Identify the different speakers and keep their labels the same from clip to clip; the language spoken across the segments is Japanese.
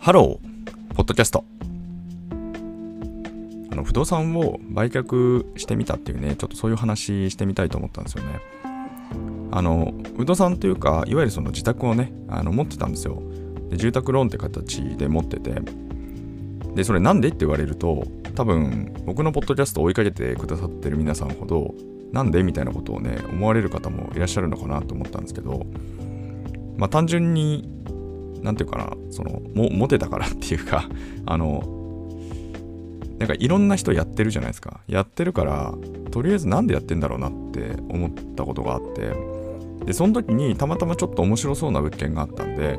Speaker 1: ハロー、ポッドキャスト。不動産を売却してみたっていうね、ちょっとそういう話してみたいと思ったんですよね。不動産というか、いわゆるその自宅をね、持ってたんですよ。で、住宅ローンって形で持ってて、で、それなんでって言われると、多分僕のポッドキャストを追いかけてくださってる皆さんほど、なんでみたいなことをね、思われる方もいらっしゃるのかなと思ったんですけど、単純になんていうかな、モテたからっていうか、なんかいろんな人やってるじゃないですか。やってるから、とりあえずなんでやってんだろうなって思ったことがあって、で、その時にたまたまちょっと面白そうな物件があったんで、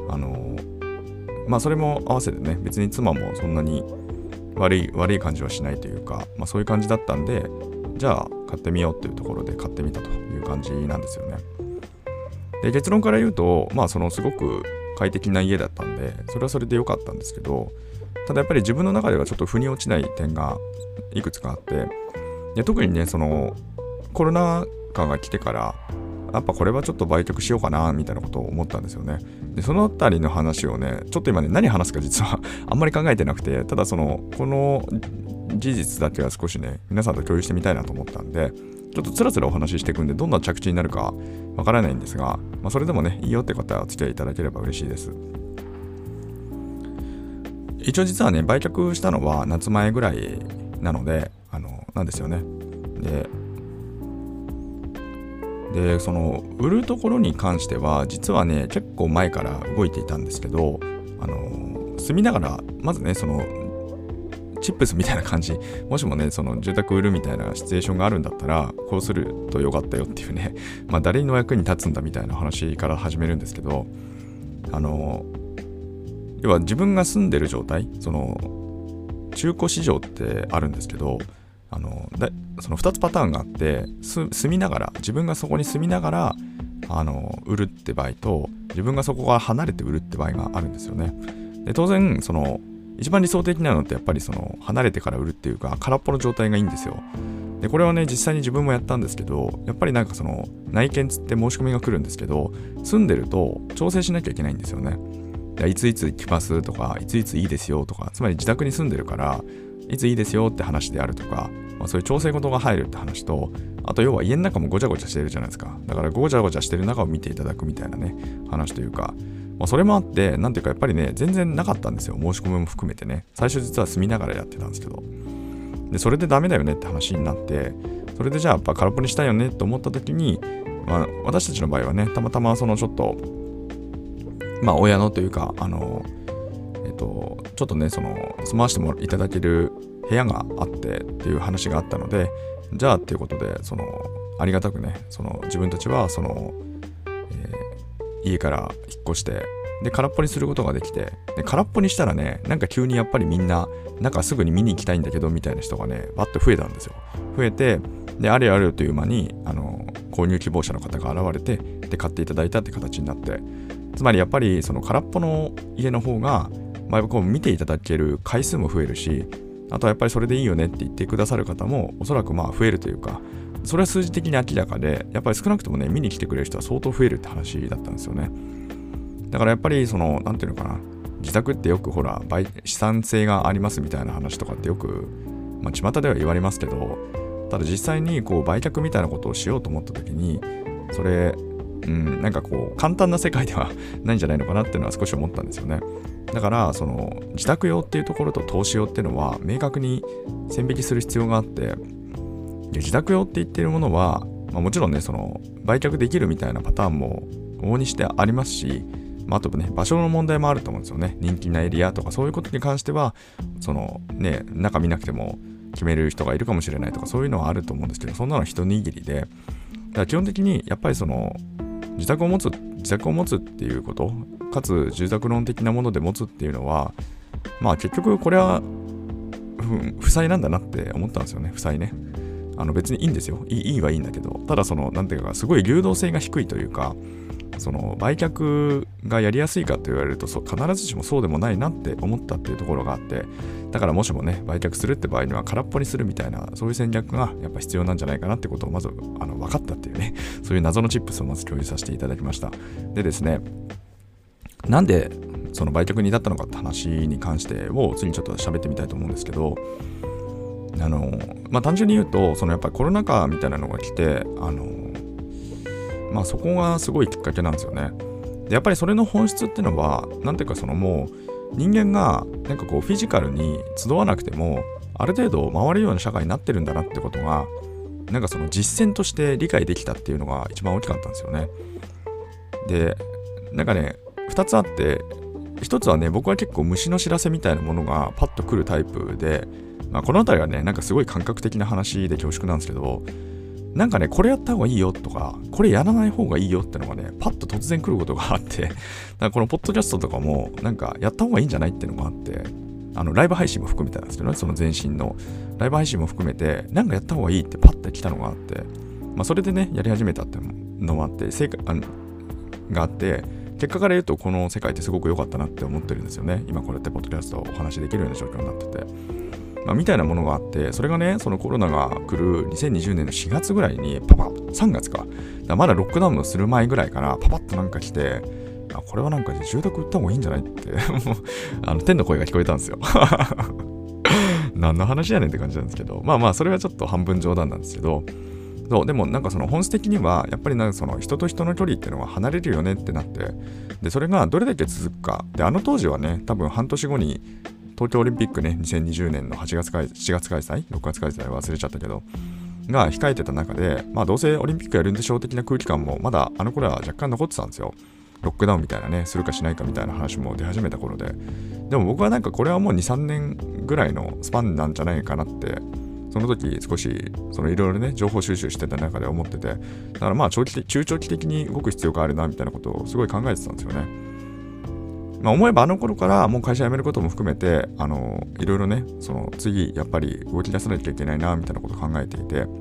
Speaker 1: それも合わせてね、別に妻もそんなに悪い感じはしないというか、そういう感じだったんで、じゃあ買ってみようっていうところで買ってみたという感じなんですよね。で、結論から言うと、すごく快適な家だったんで、それはそれで良かったんですけど、ただやっぱり自分の中ではちょっと腑に落ちない点がいくつかあって、で、特にね、コロナ禍が来てから、やっぱこれはちょっと売却しようかなみたいなことを思ったんですよね。で、そのあたりの話をね、ちょっと今ね、何話すか実はあんまり考えてなくて、ただこの事実だけは少しね、皆さんと共有してみたいなと思ったんで、ちょっとつらつらお話ししていくんで、どんな着地になるかわからないんですが、それでもね、いいよって方はお付き合いいただければ嬉しいです。一応実はね、売却したのは夏前ぐらいなので、なんですよね。で、売るところに関しては、実はね、結構前から動いていたんですけど、住みながら、まずね、チップスみたいな感じ、もしもね、住宅売るみたいなシチュエーションがあるんだったら、こうするとよかったよっていうね、誰の役に立つんだみたいな話から始めるんですけど、要は自分が住んでる状態、中古市場ってあるんですけど、2つパターンがあって、自分がそこに住みながら売るって場合と、自分がそこから離れて売るって場合があるんですよね。で、当然一番理想的なのってやっぱり離れてから売るっていうか、空っぽの状態がいいんですよ。で、これはね、実際に自分もやったんですけど、やっぱりなんか内見つって申し込みが来るんですけど、住んでると調整しなきゃいけないんですよね。いついつ来ますとか、いついついいですよとか、つまり自宅に住んでるからいついいですよって話であるとか、そういう調整事が入るって話と、あと要は家の中もごちゃごちゃしてるじゃないですか。だからごちゃごちゃしてる中を見ていただくみたいなね、話というか、それもあって、なんていうかやっぱりね、全然なかったんですよ。申し込みも含めてね。最初実は住みながらやってたんですけど。で、それでダメだよねって話になって、それでじゃあやっぱ空っぽにしたいよねと思った時に、私たちの場合はね、たまたまちょっと、親のというか、ちょっとね、住まわしてもいただける部屋があってっていう話があったので、じゃあっていうことで、ありがたくね、自分たちは家から引っ越して、で、空っぽにすることができて、で、空っぽにしたらね、なんか急にやっぱりみんな、なんかすぐに見に行きたいんだけどみたいな人がね、バッと増えたんですよ。増えて、で、あれあれという間に、購入希望者の方が現れて、で、買っていただいたって形になって、つまりやっぱり空っぽの家の方が、こう見ていただける回数も増えるし、あとはやっぱりそれでいいよねって言ってくださる方もおそらく増えるというか、それは数字的に明らかで、やっぱり少なくともね、見に来てくれる人は相当増えるって話だったんですよね。だからやっぱりなんていうのかな、自宅ってよくほら資産性がありますみたいな話とかってよく巷では言われますけど、ただ実際にこう売却みたいなことをしようと思った時に、それなんかこう簡単な世界ではないんじゃないのかなっていうのは少し思ったんですよね。だから自宅用っていうところと投資用っていうのは明確に線引きする必要があって、自宅用って言ってるものは、もちろんね、売却できるみたいなパターンも往々にしてありますし、あとね、場所の問題もあると思うんですよね。人気なエリアとかそういうことに関しては、中見なくても決める人がいるかもしれないとか、そういうのはあると思うんですけど、そんなの一握りで、だから基本的にやっぱり自宅を持つっていうこと、かつ住宅ローン的なもので持つっていうのは、結局これは負債なんだなって思ったんですよね。負債ね。別にいいんですよ。いいはいいんだけど、ただなんていうか、すごい流動性が低いというか、売却がやりやすいかと言われると必ずしもそうでもないなって思ったっていうところがあって、だからもしもね、売却するって場合には空っぽにするみたいな、そういう戦略がやっぱ必要なんじゃないかなってことをまず分かったっていうね、そういう謎のチップスをまず共有させていただきました。でですね、なんでその売却に至ったのかって話に関してを次にちょっと喋ってみたいと思うんですけど、単純に言うとやっぱりコロナ禍みたいなのが来てそこがすごいきっかけなんですよね。でやっぱりそれの本質っていうのはなんていうかもう人間がなんかフィジカルに集わなくてもある程度回るような社会になってるんだなってことがなんか実践として理解できたっていうのが一番大きかったんですよね。でなんかね2つあって、1つはね僕は結構虫の知らせみたいなものがパッと来るタイプで、このあたりはねなんかすごい感覚的な話で恐縮なんですけど、なんかねこれやった方がいいよとかこれやらない方がいいよってのがねパッと突然来ることがあって、だからこのポッドキャストとかもなんかやった方がいいんじゃないっていうのがあって、ライブ配信も含めてなんですけどね、その前身のライブ配信も含めてなんかやった方がいいってパッと来たのがあって、それでねやり始めたっていうのもあって成果があって、結果から言うとこの世界ってすごく良かったなって思ってるんですよね。今こうやってポッドキャストをお話しできるような状況になってて、みたいなものがあって、それがねそのコロナが来る2020年の4月ぐらいに3月かまだロックダウンのする前ぐらいからパパッとなんか来て、これはなんか住宅売った方がいいんじゃないって天の声が聞こえたんですよ何の話やねんって感じなんですけど、それはちょっと半分冗談なんですけど、でもなんか本質的にはやっぱりなんか人と人の距離っていうのは離れるよねってなって、でそれがどれだけ続くかで、当時はね多分半年後に東京オリンピックね2020年の7月開催6月開催忘れちゃったけどが控えてた中で、どうせオリンピックやるんでしょう的な空気感もまだあの頃は若干残ってたんですよ。ロックダウンみたいなねするかしないかみたいな話も出始めた頃で、でも僕はなんかこれはもう 2,3 年ぐらいのスパンなんじゃないかなってその時少しいろいろね情報収集してた中で思ってて、だから中長期的に動く必要があるなみたいなことをすごい考えてたんですよね。思えばあの頃からもう会社辞めることも含めていろいろね次やっぱり動き出さなきゃいけないなみたいなことを考えていて、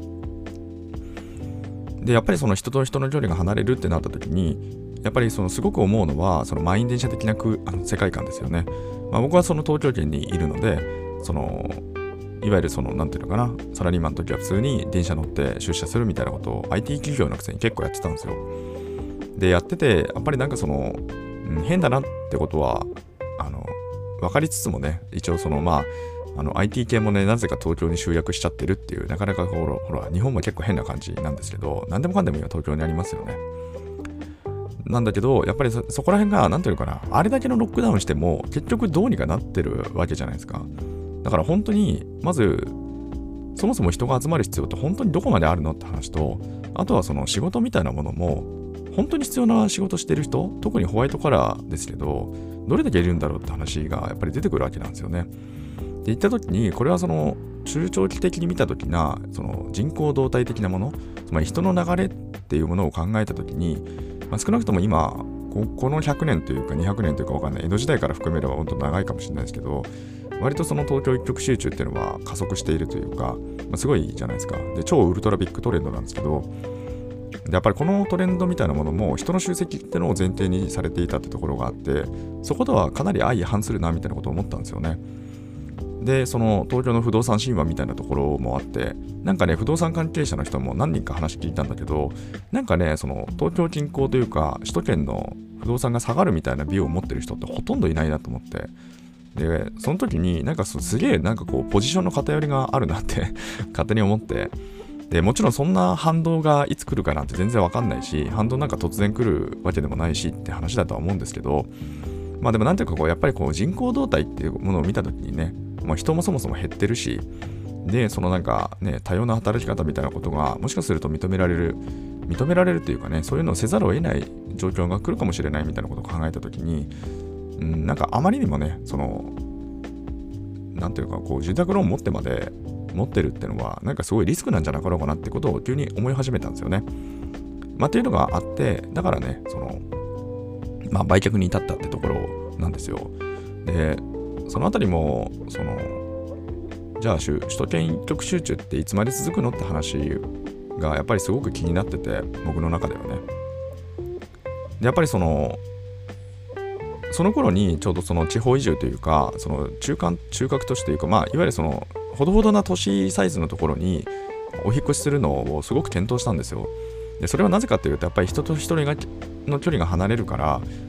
Speaker 1: でやっぱり人と人の距離が離れるってなった時にやっぱりすごく思うのは満員電車的な世界観ですよね。僕は東京圏にいるのでいわゆるなんていうのかな、サラリーマンの時は普通に電車乗って出社するみたいなことを IT 企業のくせに結構やってたんですよ。でやっててやっぱりなんか変だなってことは分かりつつもね、一応IT 系もねなぜか東京に集約しちゃってるっていう、なかなかほら日本も結構変な感じなんですけど、何でもかんでも今東京にありますよね。なんだけどやっぱりそこら辺がなんていうのかな、あれだけのロックダウンしても結局どうにかなってるわけじゃないですか。だから本当にまずそもそも人が集まる必要って本当にどこまであるのって話と、あとは仕事みたいなものも本当に必要な仕事してる人、特にホワイトカラーですけどどれだけいるんだろうって話がやっぱり出てくるわけなんですよね。で言った時にこれは中長期的に見た時な人口動態的なもの、つまり人の流れっていうものを考えた時に、少なくとも今この100年というか200年というか分かんない、江戸時代から含めれば本当長いかもしれないですけど、割と東京一極集中っていうのは加速しているというか、すごいじゃないですか。で超ウルトラビッグトレンドなんですけど、でやっぱりこのトレンドみたいなものも人の集積っていうのを前提にされていたってところがあって、そことはかなり相反するなみたいなことを思ったんですよね。で東京の不動産神話みたいなところもあって、なんかね不動産関係者の人も何人か話聞いたんだけど、なんかね東京近郊というか首都圏の不動産が下がるみたいな美を持ってる人ってほとんどいないなと思って、でその時になんかすげえなんかポジションの偏りがあるなって勝手に思って、でもちろんそんな反動がいつ来るかなんて全然わかんないし、反動なんか突然来るわけでもないしって話だとは思うんですけど、でもなんていうかやっぱり人口動態っていうものを見た時にね、人もそもそも減ってるし、でなんかね多様な働き方みたいなことがもしかすると認められるというかね、そういうのをせざるを得ない状況が来るかもしれないみたいなことを考えた時に、なんかあまりにもねなんていうか住宅ローン持ってるっていうのはなんかすごいリスクなんじゃなかろうかなってことを急に思い始めたんですよね。っていうのがあって、だからね売却に至ったってところなんですよ。でそのあたりもじゃあ首都圏一極集中っていつまで続くのって話がやっぱりすごく気になってて、僕の中ではね。でやっぱりその頃にちょうど地方移住というか中核都市というか、いわゆるほどほどな都市サイズのところにお引っ越しするのをすごく検討したんですよ。でそれはなぜかというと、やっぱり人と人の距離が離れるから、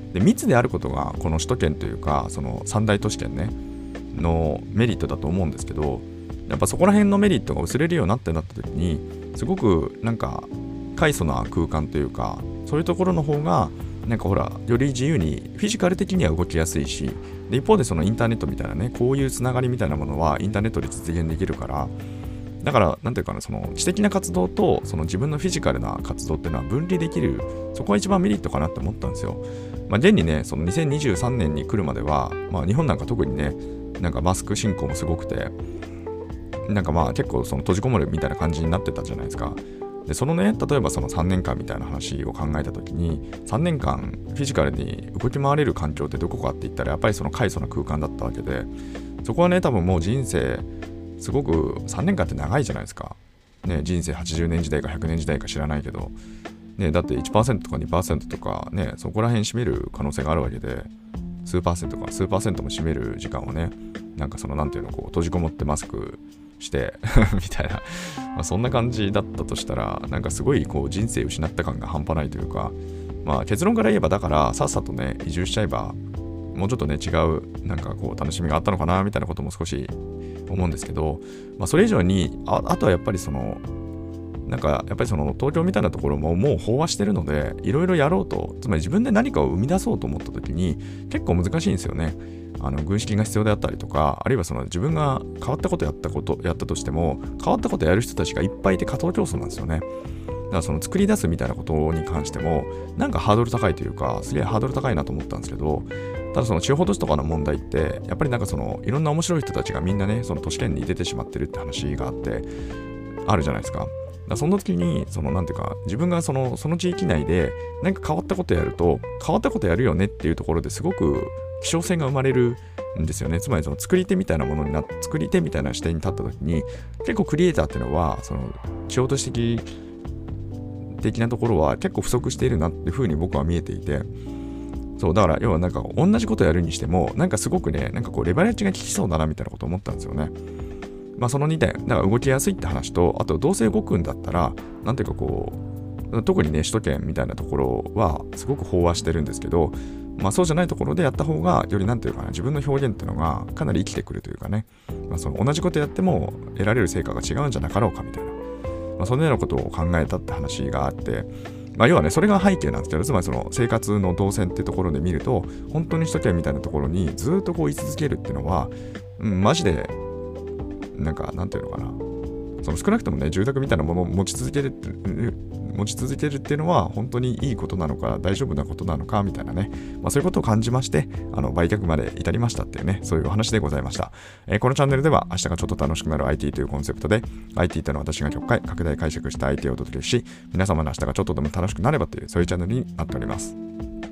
Speaker 1: で密であることがこの首都圏というかその三大都市圏ねのメリットだと思うんですけど、やっぱそこら辺のメリットが薄れるようになった時にすごくなんか簡素な空間というか、そういうところの方がなんかほらより自由にフィジカル的には動きやすいし、で一方でそのインターネットみたいなね、こういうつながりみたいなものはインターネットで実現できるから、だからなんていうかな、その知的な活動とその自分のフィジカルな活動っていうのは分離できる、そこが一番メリットかなって思ったんですよ。現にね、その2023年に来るまでは、日本なんか特にね、なんかマスク進行もすごくて、なんか結構その閉じこもるみたいな感じになってたじゃないですか。でそのね、例えばその3年間みたいな話を考えたときに、3年間フィジカルに動き回れる環境ってどこかって言ったらやっぱりその簡素な空間だったわけで、そこはね多分もう人生すごく3年間って長いじゃないですか、ね、人生80年時代か100年時代か知らないけど、ね、だって 1% とか 2% とかね、そこら辺占める可能性があるわけで、数パーセントも占める時間をね、なんかそのなんていうの、こう閉じこもってマスクしてみたいな、そんな感じだったとしたら、なんかすごいこう人生失った感が半端ないというか、結論から言えばだからさっさとね移住しちゃえばもうちょっとね違うなんかこう楽しみがあったのかなみたいなことも少し思うんですけど、それ以上に あとはやっぱりそのなんかやっぱりその東京みたいなところももう飽和してるので、いろいろやろうと、つまり自分で何かを生み出そうと思った時に結構難しいんですよね。軍資金が必要であったりとか、あるいはその自分が変わったことやったとしても、変わったことやる人たちがいっぱいいて過当競争なんですよね。だからその作り出すみたいなことに関してもなんかハードル高いというか、すげえハードル高いなと思ったんですけど、ただその地方都市とかの問題ってやっぱりなんかそのいろんな面白い人たちがみんなねその都市圏に出てしまってるって話があるじゃないですか。その時にそのなんていうか、自分がその地域内でなんか変わったことやると、変わったことやるよねっていうところですごく希少性が生まれるんですよね。つまりその作り手みたいなものに作り手みたいな視点に立った時に、結構クリエイターっていうのはその地方都市的なところは結構不足しているなっていうふうに僕は見えていて、そうだから要はなんか同じことやるにしてもなんかすごくね、なんかこうレバレッジが効きそうだなみたいなことを思ったんですよね。その2点、だから動きやすいって話と、あとどうせ動くんだったらなんていうかこう、特にね首都圏みたいなところはすごく飽和してるんですけど、そうじゃないところでやった方がよりなんていうかな、自分の表現っていうのがかなり生きてくるというかね、その同じことやっても得られる成果が違うんじゃなかろうかみたいな、そのようなことを考えたって話があって、要はねそれが背景なんですけど、つまりその生活の動線っていうところで見ると、本当に首都圏みたいなところにずっとこう居続けるっていうのは、マジでなんかなんていうのかな、その少なくともね住宅みたいなものを持ち続けるっていうのは本当にいいことなのか大丈夫なことなのかみたいなね、そういうことを感じまして、売却まで至りましたっていうね、そういうお話でございました。このチャンネルでは明日がちょっと楽しくなる IT というコンセプトで、 IT というのは私が極快拡大解釈した IT をお届けし、皆様の明日がちょっとでも楽しくなればという、そういうチャンネルになっております。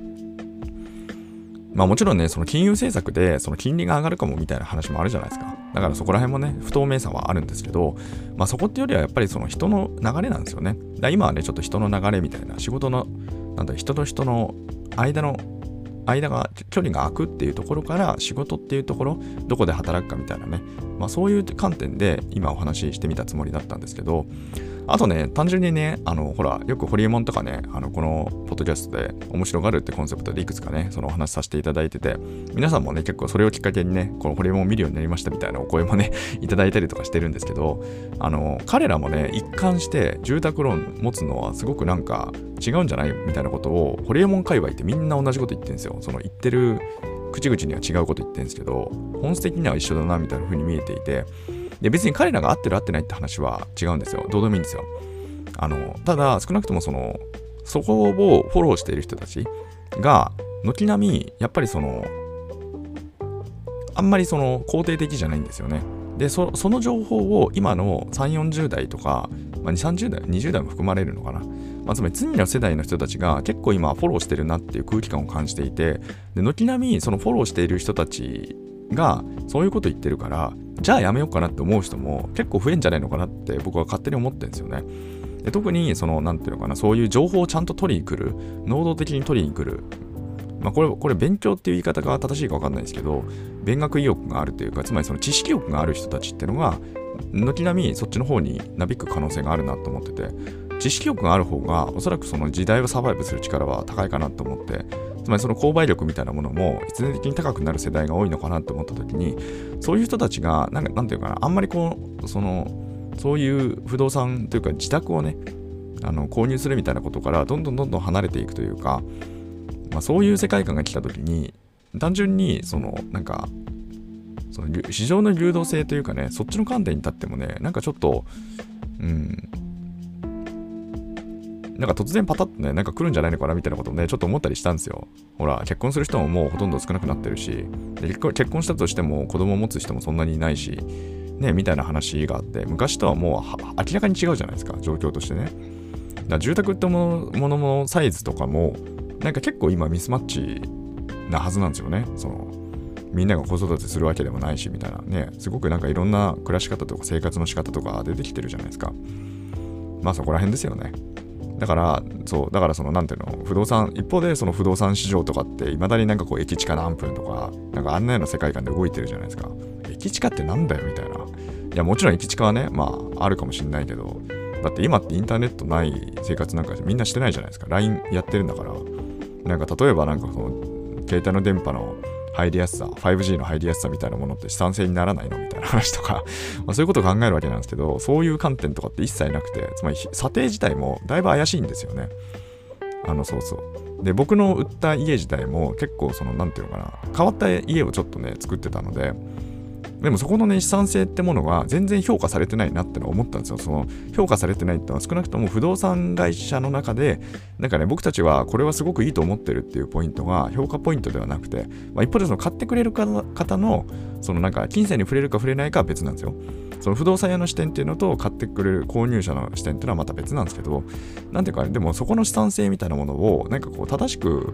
Speaker 1: もちろんね、その金融政策でその金利が上がるかもみたいな話もあるじゃないですか。だからそこら辺もね、不透明さはあるんですけど、そこってよりはやっぱりその人の流れなんですよね。今はね、ちょっと人の流れみたいな、仕事の、人と人の間が、距離が空くっていうところから、仕事っていうところ、どこで働くかみたいなね、そういう観点で今お話ししてみたつもりだったんですけど、あとね、単純にね、ほら、よくホリエモンとかね、このポッドキャストで面白がるってコンセプトでいくつかね、そのお話しさせていただいてて、皆さんもね、結構それをきっかけにね、このホリエモンを見るようになりましたみたいなお声もね、いただいたりとかしてるんですけど、彼らもね、一貫して住宅ローン持つのはすごくなんか違うんじゃないみたいなことを、ホリエモン界隈ってみんな同じこと言ってるんですよ。その言ってる口々には違うこと言ってるんですけど、本質的には一緒だなみたいな風に見えていて、で別に彼らが合ってる合ってないって話は違うんですよ。どうでもいいんですよ。ただ少なくともそこをフォローしている人たちが軒並みやっぱりあんまり肯定的じゃないんですよね。でその情報を今の3、40代とか、2、30代、20代も含まれるのかな、つまり次の世代の人たちが結構今フォローしてるなっていう空気感を感じていて、で軒並みそのフォローしている人たちがそういうこと言ってるから、じゃあやめようかなって思う人も結構増えんじゃないのかなって僕は勝手に思ってるんですよね。で特になんていうのかな、そういう情報をちゃんと取りに来る、能動的に取りに来る、これ勉強っていう言い方が正しいか分かんないですけど、勉学意欲があるというか、つまりその知識欲がある人たちっていうのが軒並みそっちの方になびく可能性があるなと思ってて、知識欲がある方がおそらくその時代をサバイブする力は高いかなと思って、つつまりその購買力みたいなものも必然的に高くなる世代が多いのかなって思った時に、そういう人たちがなんていうかな、あんまりそういう不動産というか自宅をね購入するみたいなことからどんどん離れていくというか、そういう世界観が来た時に、単純に市場の流動性というかね、そっちの観点に立ってもね、なんかちょっとなんか突然パタッとね、なんか来るんじゃないのかなみたいなことをね、ちょっと思ったりしたんですよ。ほら、結婚する人ももうほとんど少なくなってるし、で結婚したとしても子供を持つ人もそんなにいないし、ね、みたいな話があって、昔とはもう明らかに違うじゃないですか、状況としてね。だから住宅ってもののサイズとかも、なんか結構今ミスマッチなはずなんですよね。みんなが子育てするわけでもないしみたいなね、すごくなんかいろんな暮らし方とか生活の仕方とか出てきてるじゃないですか。そこら辺ですよね。だからなんていうの、不動産、一方でその不動産市場とかっていまだになんか駅地下何分とか、なんかあんなような世界観で動いてるじゃないですか。駅地下ってなんだよみたいな。いや、もちろん駅地下はね、あるかもしれないけど、だって今ってインターネットない生活なんかみんなしてないじゃないですか。LINE やってるんだから。なんか例えばなんか携帯の電波の入りやすさ、5G の入りやすさみたいなものって資産性にならないのみたいな話とかそういうことを考えるわけなんですけど、そういう観点とかって一切なくて、つまり査定自体もだいぶ怪しいんですよね。で、僕の売った家自体も結構なんていうのかな、変わった家をちょっとね作ってたので、でもそこのね資産性ってものが全然評価されてないなってのは思ったんですよ。評価されてないってのは少なくとも不動産会社の中でなんかね、僕たちはこれはすごくいいと思ってるっていうポイントが評価ポイントではなくて、一方で買ってくれる方のなんか金銭に触れるか触れないかは別なんですよ。不動産屋の視点っていうのと買ってくれる購入者の視点っていうのはまた別なんですけど、なんていうかね、でもそこの資産性みたいなものをなんか正しく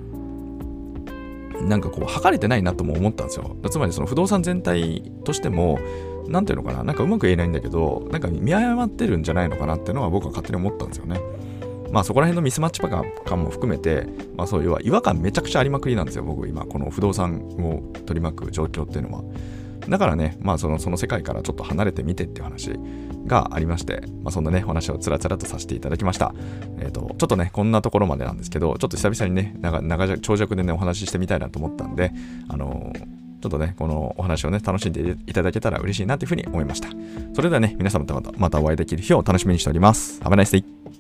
Speaker 1: なんか測れてないなとも思ったんですよ。つまり不動産全体としてもなんていうのかな、なんかうまく言えないんだけど、なんか見誤ってるんじゃないのかなっていうのは僕は勝手に思ったんですよね。そこら辺のミスマッチ感も含めて、そういう違和感めちゃくちゃありまくりなんですよ、僕今この不動産を取り巻く状況っていうのは。だからね、その世界からちょっと離れてみてっていう話がありまして、そんなねお話をつらつらとさせていただきました。ちょっとねこんなところまでなんですけど、ちょっと久々にね長尺でねお話ししてみたいなと思ったんで、ちょっとねこのお話をね楽しんでいただけたら嬉しいなというふうに思いました。それではね、皆様とまたお会いできる日を楽しみにしております。Have a nice day.